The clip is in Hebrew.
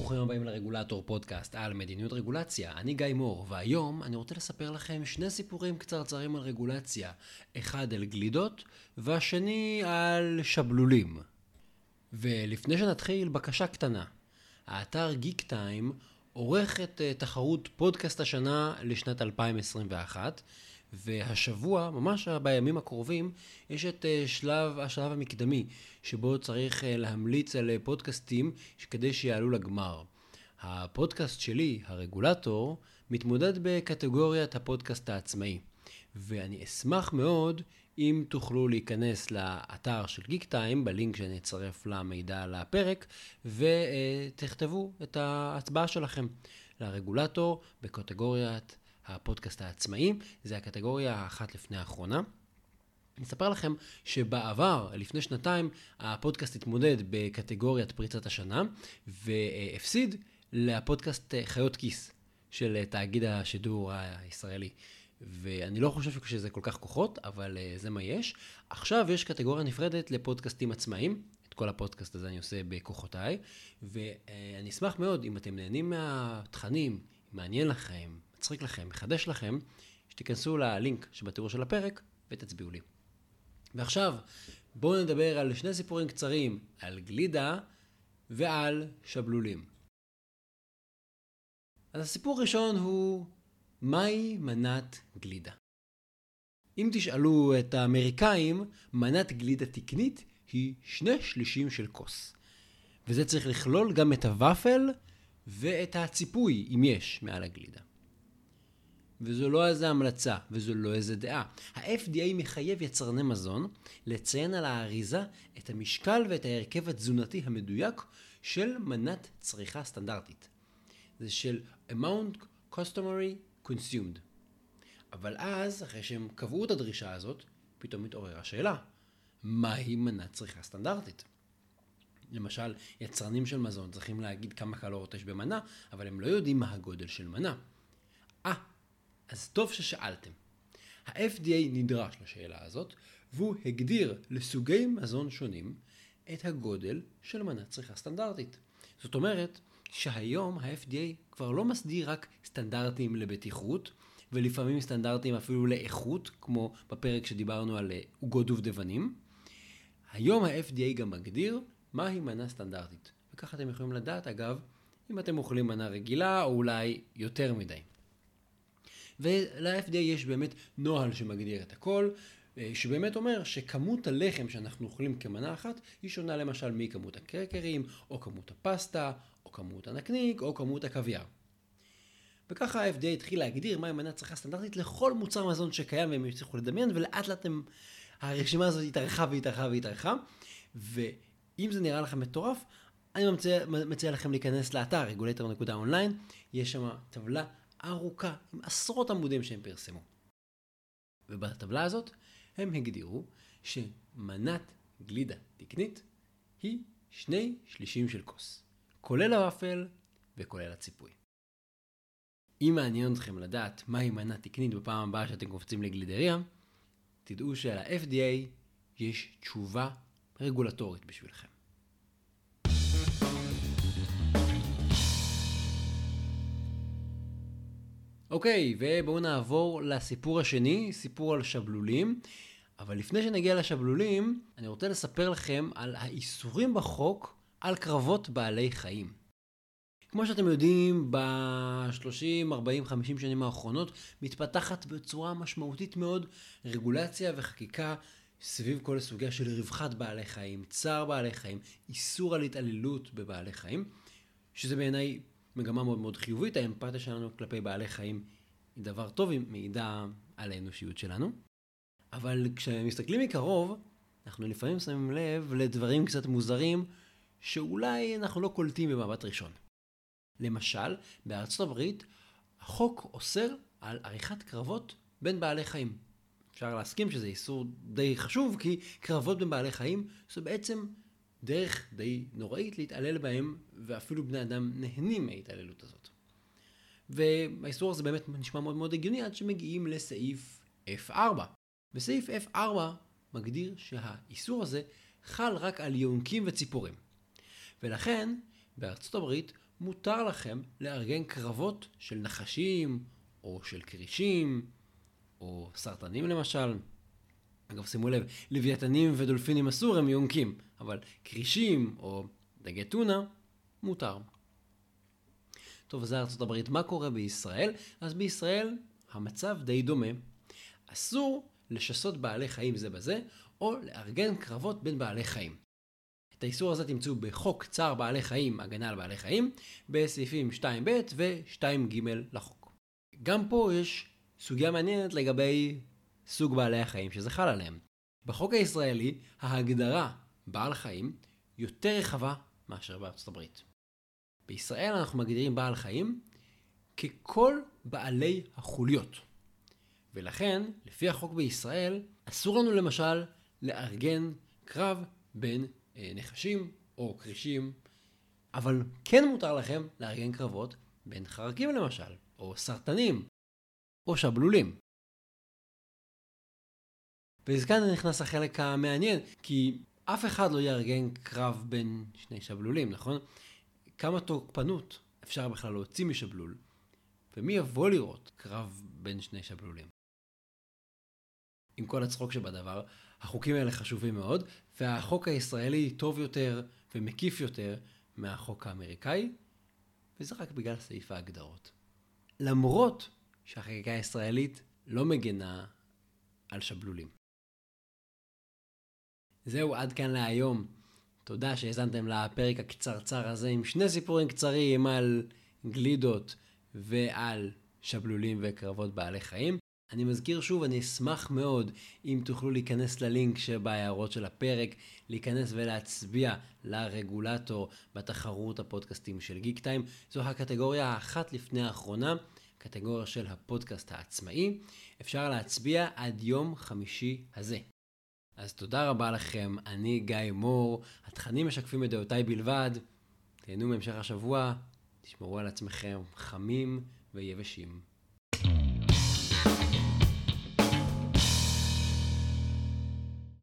ברוכים הבאים לרגולטור פודקאסט על מדיניות רגולציה. אני גיא מור, והיום אני רוצה לספר לכם שני סיפורים קצרצרים על רגולציה. אחד על גלידות, והשני על שבלולים. ולפני שנתחיל, בקשה קטנה. האתר גיק טיים עורך את תחרות פודקאסט השנה לשנת 2021, והשבוע, ממש בימים הקרובים, יש את השלב המקדמי, שבו צריך להמליץ על פודקאסטים כדי שיעלו לגמר. הפודקאסט שלי, הרגולטור, מתמודד בקטגוריית הפודקאסט העצמאי, ואני אשמח מאוד אם תוכלו להיכנס לאתר של גיק טיים, בלינק שאני אצרף למידע על הפרק, ותכתבו את ההצבעה שלכם לרגולטור בקטגוריית הפודקאסט העצמאי. זה הקטגוריה האחת לפני האחרונה. אני אספר לכם שבעבר, לפני שנתיים, הפודקאסט התמודד בקטגוריית פריצת השנה, והפסיד לפודקאסט חיות כיס של תאגיד השידור הישראלי. ואני לא חושב שזה כל כך כוחות, אבל זה מה יש. עכשיו יש קטגוריה נפרדת לפודקאסטים עצמאיים. את כל הפודקאסט הזה אני עושה בכוחותיי, ואני אשמח מאוד אם אתם נהנים מהתכנים, מעניין לכם, מצחיק לכם, מחדש לכם, שתיכנסו ללינק שבתיאור של הפרק ותצביעו לי. ועכשיו בואו נדבר על שני סיפורים קצרים, על גלידה ועל שבלולים. אז הסיפור הראשון הוא מהי מנת גלידה. אם תשאלו את האמריקאים, מנת גלידה תקנית היא 2/3 של כוס. וזה צריך לכלול גם את הוואפל ואת הציפוי, אם יש, מעל הגלידה. וזו לא איזו המלצה, וזו לא איזו דעה. ה-FDA מחייב יצרני מזון לציין על האריזה את המשקל ואת ההרכב התזונתי המדויק של מנת צריכה סטנדרטית. זה של amount customary consumed. אבל אז, אחרי שהם קבעו את הדרישה הזאת, פתאום התעוררה שאלה. מהי מנת צריכה סטנדרטית? למשל, יצרנים של מזון צריכים להגיד כמה קלוריות יש במנה, אבל הם לא יודעים מה הגודל של מנה. אז טוב ששאלתם. ה-FDA נדרש לשאלה הזאת, והוא הגדיר לסוגי מזון שונים את הגודל של מנת צריכה סטנדרטית. זאת אומרת שהיום ה-FDA כבר לא מסדיר רק סטנדרטים לבטיחות, ולפעמים סטנדרטים אפילו לאיכות, כמו בפרק שדיברנו על עוגות דובדבנים. היום ה-FDA גם מגדיר מהי מנה סטנדרטית. וככה אתם יכולים לדעת, אגב, אם אתם אוכלים מנה רגילה או אולי יותר מדי. ול-FDA יש באמת נוהל שמגדיר את הכל, שבאמת אומר שכמות הלחם שאנחנו אוכלים כמנה אחת, היא שונה למשל מכמות הקרקרים, או כמות הפסטה, או כמות הנקניק, או כמות הקוויאר. וככה ה-FDA התחיל להגדיר מהי מנה צריכה סטנדרטית לכל מוצר מזון שקיים, והם יצטרכו לדמיין, ולאט לאט הרשימה הזאת התארכה והתארכה והתארכה, ואם זה נראה לכם מטורף, אני מציע לכם להיכנס לאתר regulator.online, יש שם טבלה ארוכה עם עשרות עמודים שהם פרסמו. ובטבלה הזאת הם הגדירו שמנת גלידה תקנית היא 2/3 של כוס, כולל הוואפל וכולל הציפוי. אם מעניין אתכם לדעת מהי מנה תקנית בפעם הבאה שאתם קופצים לגלידריה, תדעו שעל ה-FDA יש תשובה רגולטורית בשבילכם. אוקיי, ובואו נעבור לסיפור השני, סיפור על שבלולים. אבל לפני שנגיע לשבלולים, אני רוצה לספר לכם על האיסורים בחוק על קרבות בעלי חיים. כמו שאתם יודעים, ב-30, 40, 50 שנים האחרונות מתפתחת בצורה משמעותית מאוד רגולציה וחקיקה סביב כל הסוגיה של רווחת בעלי חיים, צער בעלי חיים, איסור על התעללות בבעלי חיים, שזה בעיניי מגמה מאוד מאוד חיובית. האמפתיה שלנו כלפי בעלי חיים היא דבר טוב, היא מעידה על האנושיות שלנו. אבל כשמסתכלים מקרוב, אנחנו לפעמים שמים לב לדברים קצת מוזרים שאולי אנחנו לא קולטים במבט ראשון. למשל, בארצות הברית, החוק אוסר על עריכת קרבות בין בעלי חיים. אפשר להסכים שזה איסור די חשוב, כי קרבות בין בעלי חיים זה בעצם דרך די נוראית להתעלל בהם, ואפילו בני אדם נהנים מההתעללות הזאת. והאיסור הזה באמת נשמע מאוד מאוד הגיוני עד שמגיעים לסעיף F4. וסעיף F4 מגדיר שהאיסור הזה חל רק על יונקים וציפורים. ולכן בארצות הברית מותר לכם לארגן קרבות של נחשים, או של קרישים, או סרטנים למשל. אגב, שימו לב, לוויתנים ודולפינים אסור, הם יונקים, אבל קרישים או דגי טונה, מותר. טוב, זה ארצות הברית. מה קורה בישראל? אז בישראל המצב די דומה. אסור לשסות בעלי חיים זה בזה, או לארגן קרבות בין בעלי חיים. את האיסור הזה תמצאו בחוק צער בעלי חיים, הגנה על בעלי חיים, בסעיפים 2ב ו-2ג לחוק. גם פה יש סוגיה מעניינת לגבי סוג בעלי החיים שזה חל עליהם. בחוק הישראלי, ההגדרה בעל חיים יותר רחבה מאשר בארצות הברית. בישראל אנחנו מגדירים בעל חיים ככל בעלי החוליות. ולכן, לפי החוק בישראל, אסור לנו למשל לארגן קרב בין נחשים או קרישים, אבל כן מותר לכם לארגן קרבות בין חרקים למשל, או סרטנים, או שבלולים. וכאן נכנס החלק המעניין, כי אף אחד לא יארגן קרב בין שני שבלולים, נכון? כמה תוקפנות אפשר בכלל להוציא משבלול, ומי יבוא לראות קרב בין שני שבלולים? עם כל הצחוק שבדבר, החוקים האלה חשובים מאוד, והחוק הישראלי טוב יותר ומקיף יותר מהחוק האמריקאי, וזה רק בגלל סעיף ההגדרות. למרות שהחקיקה הישראלית לא מגנה על שבלולים. זהו, עד כאן להיום. תודה שהזנתם לפרק הקצרצר הזה עם שני סיפורים קצרים על גלידות ועל שבלולים וקרבות בעלי חיים. אני מזכיר שוב, אני אשמח מאוד אם תוכלו להיכנס ללינק שבהערות של הפרק, להיכנס ולהצביע לרגולטור בתחרות הפודקאסטים של גיק טיים. זו הקטגוריה האחת לפני האחרונה, קטגוריה של הפודקאסט העצמאי. אפשר להצביע עד יום חמישי הזה. אז תודה רבה לכם, אני גיא מור, התכנים משקפים את דעותיי בלבד. תהנו מהמשך השבוע, תשמרו על עצמכם חמים ויבשים.